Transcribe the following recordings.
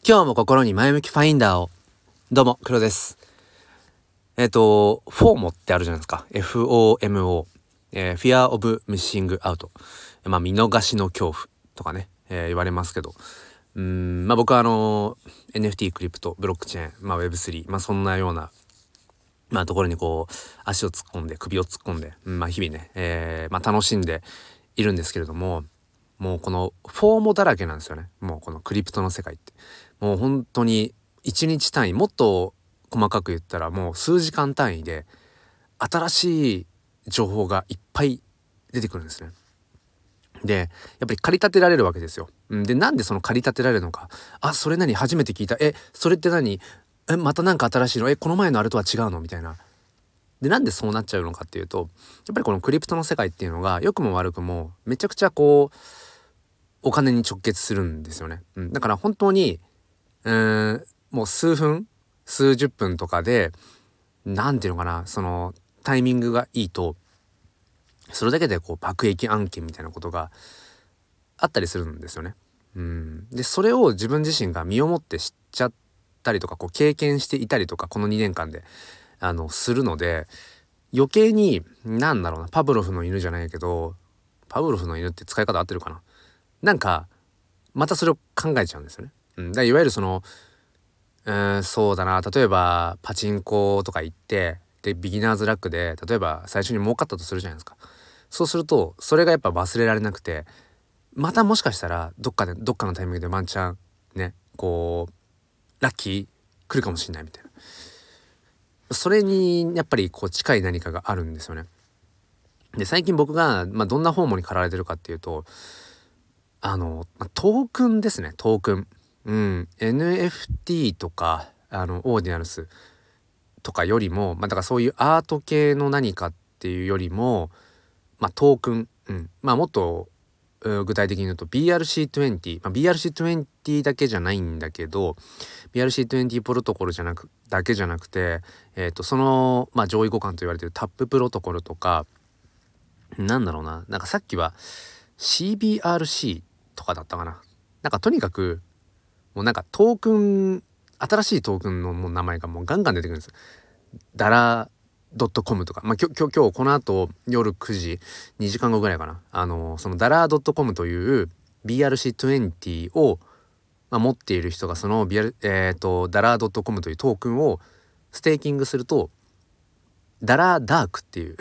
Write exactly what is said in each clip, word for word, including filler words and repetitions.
今日も心に前向きファインダーを。どうも黒です。えっ、とフォーモってあるじゃないですか。 エフオーエムオー、えー、Fear of Missing Out、まあ見逃しの恐怖とかね、えー、言われますけど、うーんまあ僕はあの エヌエフティー クリプトブロックチェーン、まあ ウェブスリー、まあそんなようなまあところにこう足を突っ込んで首を突っ込んで、うん、まあ日々ね、えー、まあ楽しんでいるんですけれども、もうこのフォーモだらけなんですよね。もうこのクリプトの世界ってもう本当にいちにち単位、もっと細かく言ったらもう数時間単位で新しい情報がいっぱい出てくるんですね。でやっぱり駆り立てられるわけですよ。でなんでその駆り立てられるのか。あ、それ何初めて聞いた。えそれって何。えまたなんか新しいの。えこの前のあれとは違うのみたいな。でなんでそうなっちゃうのかっていうと、やっぱりこのクリプトの世界っていうのが良くも悪くもめちゃくちゃこうお金に直結するんですよね。うん、だから本当にうーんもう数分数十分とかでなんていうのかな、そのタイミングがいいとそれだけでこう爆撃案件みたいなことがあったりするんですよね。うん、でそれを自分自身が身をもって知っちゃったりとかこう経験していたりとかこのにねんかんであのするので、余計になんだろうな、パブロフの犬じゃないけど、パブロフの犬って使い方合ってるかな、なんかまたそれを考えちゃうんですよね。うん、だからいわゆるそのうーんそうだな、例えばパチンコとか行ってでビギナーズラックで例えば最初に儲かったとするじゃないですか。そうするとそれがやっぱ忘れられなくて、またもしかしたらどっかでどっかのタイミングでワンチャンねこうラッキー来るかもしれないみたいな、それにやっぱりこう近い何かがあるんですよね。で最近僕が、まあ、どんな訪問に駆られてるかっていうと、あのトークンですね。トークン、うん、エヌエフティー とかあのオーディナルスとかよりも、まあ、だからそういうアート系の何かっていうよりも、まあ、トークン、うん、まあもっと具体的に言うと ビーアールシーにじゅう、まあ、ビーアールシーにじゅう だけじゃないんだけど ビーアールシーにじゅう プロトコルじゃなくだけじゃなくて、えー、とその、まあ、上位互換と言われているタッププロトコルとか、なんだろうな、なんかさっきは シービーアールシー とかだったかな。なんかとにかくもうなんかトークン、新しいトークンのもう名前がもうガンガン出てくるんです。ダラドットコムとか、まあ、きょ今日今日この後夜くじにじかんごぐらいかな、あのそのダラードットコムという ビーアールシーにじゅう を、まあ、持っている人がその、ビーアールえー、とダラードットコムというトークンをステーキングするとダラーダークっていう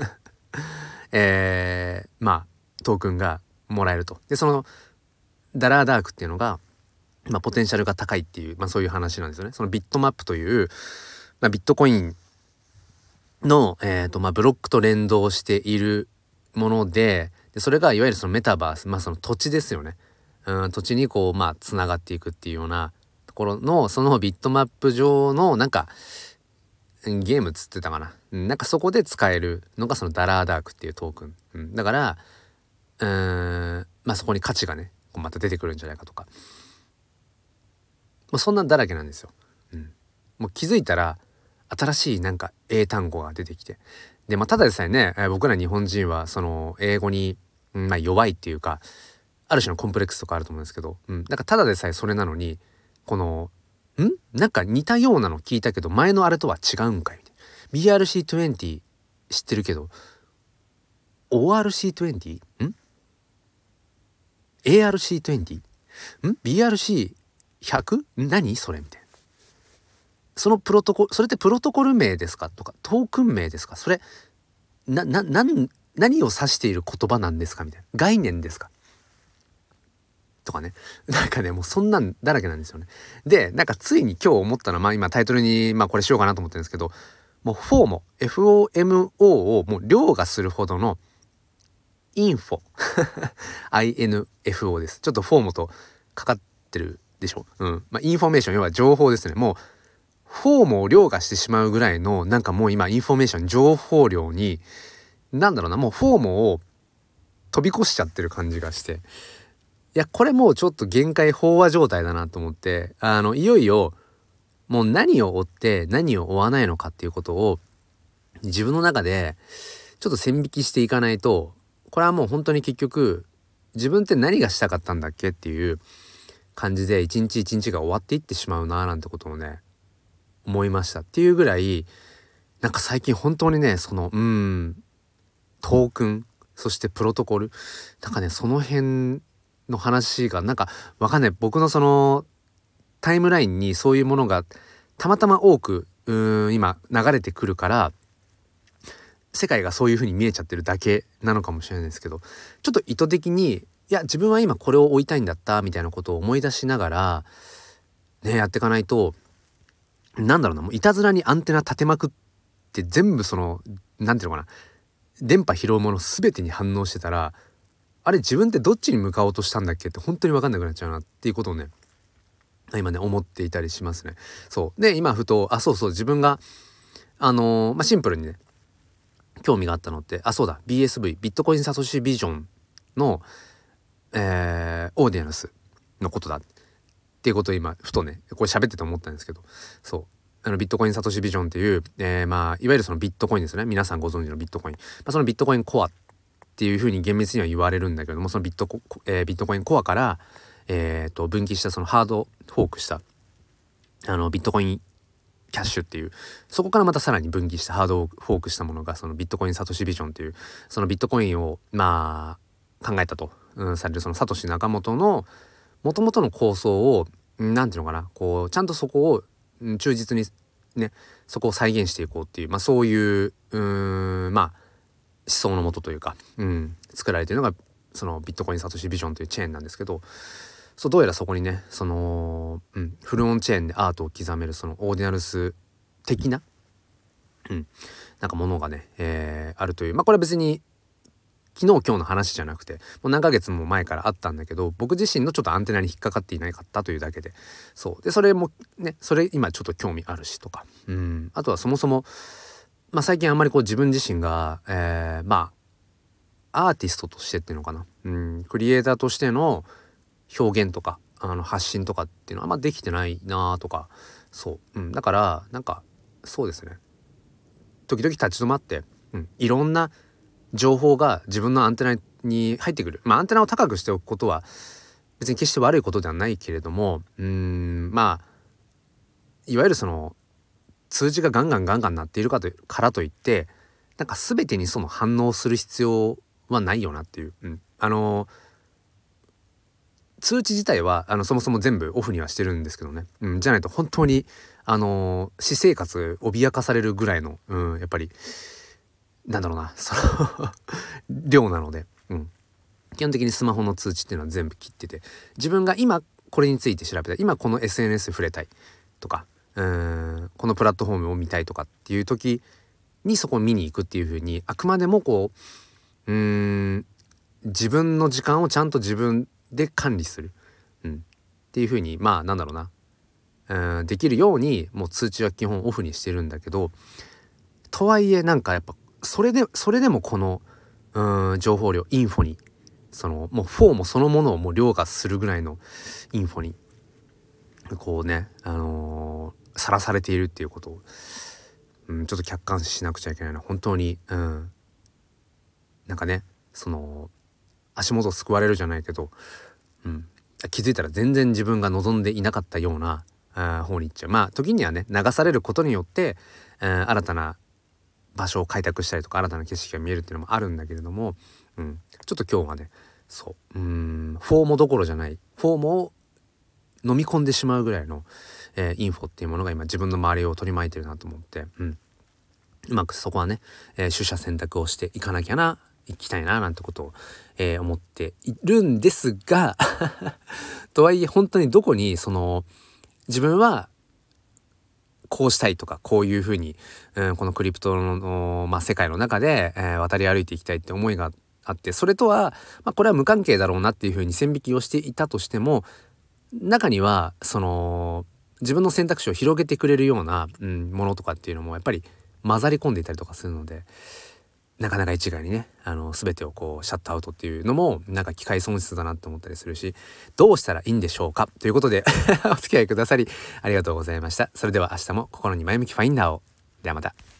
えー、まあトークンがもらえると。でそのダラーダークっていうのが、まあ、ポテンシャルが高いっていう、まあ、そういう話なんですよね。そのビットマップという、まあ、ビットコインの、えーとまあ、ブロックと連動しているもので、でそれがいわゆるそのメタバース、まあその土地ですよね。うん、土地にこうまあつながっていくっていうようなところのそのビットマップ上のなんかゲームつってたかな、うん、なんかそこで使えるのがそのダラーダークっていうトークン、うん、だからうーんまあそこに価値がねこうまた出てくるんじゃないかとか、もうそんなんだらけなんですよ。うん、もう気づいたら新しいなんか英単語が出てきて、でまあただでさえね、えー僕ら日本人はその英語に、うんまあ、弱いっていうかある種のコンプレックスとかあると思うんですけど、うん、なんかただでさえそれなのにこのんなんか似たようなの聞いたけど前のあれとは違うんかいみたいな。 ビーアールシーにじゅう 知ってるけど オーアールシーにじゅう? ん エーアールシーにじゅう? ん ビーアールシーひゃく? 何それみたいな。そのプロトコル、それってプロトコル名ですかとか、トークン名ですか、それ、な、な、なん、何を指している言葉なんですかみたいな。概念ですかとかね。なんかね、もうそんなんだらけなんですよね。で、なんかついに今日思ったのは、まあ今タイトルに、まあこれしようかなと思ってるんですけど、もうフォーモ、エフオーエムオー をもう凌駕するほどのインフォ、アイエヌエフオー です。ちょっとフォーモとかかってるでしょ。うん。まあインフォメーション、要は情報ですね。もう、フォームを凌駕してしまうぐらいのなんかもう今インフォメーション情報量になんだろうな、もうフォームを飛び越しちゃってる感じがして、いやこれもうちょっと限界飽和状態だなと思って、あのいよいよもう何を追って何を追わないのかっていうことを自分の中でちょっと線引きしていかないと、これはもう本当に結局自分って何がしたかったんだっけっていう感じで一日一日が終わっていってしまうななんてことをね思いました。っていうぐらいなんか最近本当にねそのうーんトークンそしてプロトコルなんかねその辺の話がなんかわかんない僕のそのタイムラインにそういうものがたまたま多くうーん今流れてくるから世界がそういう風に見えちゃってるだけなのかもしれないですけどちょっと意図的にいや自分は今これを追いたいんだったみたいなことを思い出しながらねやっていかないとなんだろうなもういたずらにアンテナ立てまくって全部そのなんていうのかな電波拾うもの全てに反応してたらあれ自分ってどっちに向かおうとしたんだっけって本当に分かんなくなっちゃうなっていうことをね今ね思っていたりしますね。そうで今ふとあそうそう自分があのー、まあシンプルにね興味があったのってあそうだ ビーエスブイ ビットコインサトシビジョンの、えー、オーディナンスのことだっていうことを今ふとねこれ喋ってて思ったんですけどそうあのビットコインサトシビジョンっていう、えー、まあいわゆるそのビットコインですね皆さんご存知のビットコイン、まあ、そのビットコインコアっていうふうに厳密には言われるんだけどもそのビットコ、えー、ビットコインコアから、えー、と分岐したそのハードフォークしたあのビットコインキャッシュっていうそこからまたさらに分岐したハードフォークしたものがそのビットコインサトシビジョンっていうそのビットコインをまあ考えたと、うん、されるそのサトシナカモトの元々の構想をなんていうのかなこうちゃんとそこを、うん、忠実にねそこを再現していこうっていうまあそういううーんまあ思想のもとというか、うん、作られているのがそのビットコインサトシビジョンというチェーンなんですけどそうどうやらそこにねその、うん、フルオンチェーンでアートを刻めるそのオーディナルス的な、うん、なんかものがね、えー、あるというまあこれは別に昨日今日の話じゃなくてもう何ヶ月も前からあったんだけど僕自身のちょっとアンテナに引っかかっていなかったというだけでそうでそれもねそれ今ちょっと興味あるしとか、うん、あとはそもそも、まあ、最近あんまりこう自分自身が、えー、まあアーティストとしてっていうのかな、うん、クリエイターとしての表現とかあの発信とかっていうのはあんまできてないなとかそう、うん、だからなんかそうですね時々立ち止まって、うん、いろんな情報が自分のアンテナに入ってくるまあアンテナを高くしておくことは別に決して悪いことではないけれどもうーんまあいわゆるその通知がガンガンガンガン鳴っているかとからといってなんか全てにその反応する必要はないよなっていう、うん、あの通知自体はあのそもそも全部オフにはしてるんですけどね、うん、じゃないと本当にあの私生活脅かされるぐらいの、うん、やっぱりなんだろうなその量なので、うん、基本的にスマホの通知っていうのは全部切ってて自分が今これについて調べたい今この エスエヌエス 触れたいとかうーんこのプラットフォームを見たいとかっていう時にそこを見に行くっていう風にあくまでもこううーん自分の時間をちゃんと自分で管理する、うん、っていう風にまあなんだろうなうんできるようにもう通知は基本オフにしてるんだけどとはいえなんかやっぱそれでそれでもこのうん情報量インフォにそのもうフォーもそのものをもう凌駕するぐらいのインフォにこうねあのー、さらされているっていうことを、うん、ちょっと客観視しなくちゃいけないな本当に、うん、なんかねその足元救われるじゃないけど、うん、気づいたら全然自分が望んでいなかったようなあ方に行っちゃうまあ時にはね流されることによって、えー、新たな場所を開拓したりとか新たな景色が見えるっていうのもあるんだけれども、うん、ちょっと今日はねそううーんフォーモどころじゃないフォーモを飲み込んでしまうぐらいの、えー、インフォっていうものが今自分の周りを取り巻いてるなと思って、うん、うまくそこはね、えー、取捨選択をしていかなきゃな行きたいななんてことを、えー、思っているんですがとはいえ本当にどこにその自分はこうしたいとかこういうふうに、うん、このクリプトの、まあ、世界の中で、えー、渡り歩いていきたいって思いがあってそれとは、まあ、これは無関係だろうなっていうふうに線引きをしていたとしても中にはその自分の選択肢を広げてくれるような、うん、ものとかっていうのもやっぱり混ざり込んでいたりとかするのでなかなか一概にねあの全てをこうシャットアウトっていうのもなんか機会損失だなって思ったりするしどうしたらいいんでしょうかということでお付き合いくださりありがとうございました。それでは明日も心に前向きファインダーを。ではまた。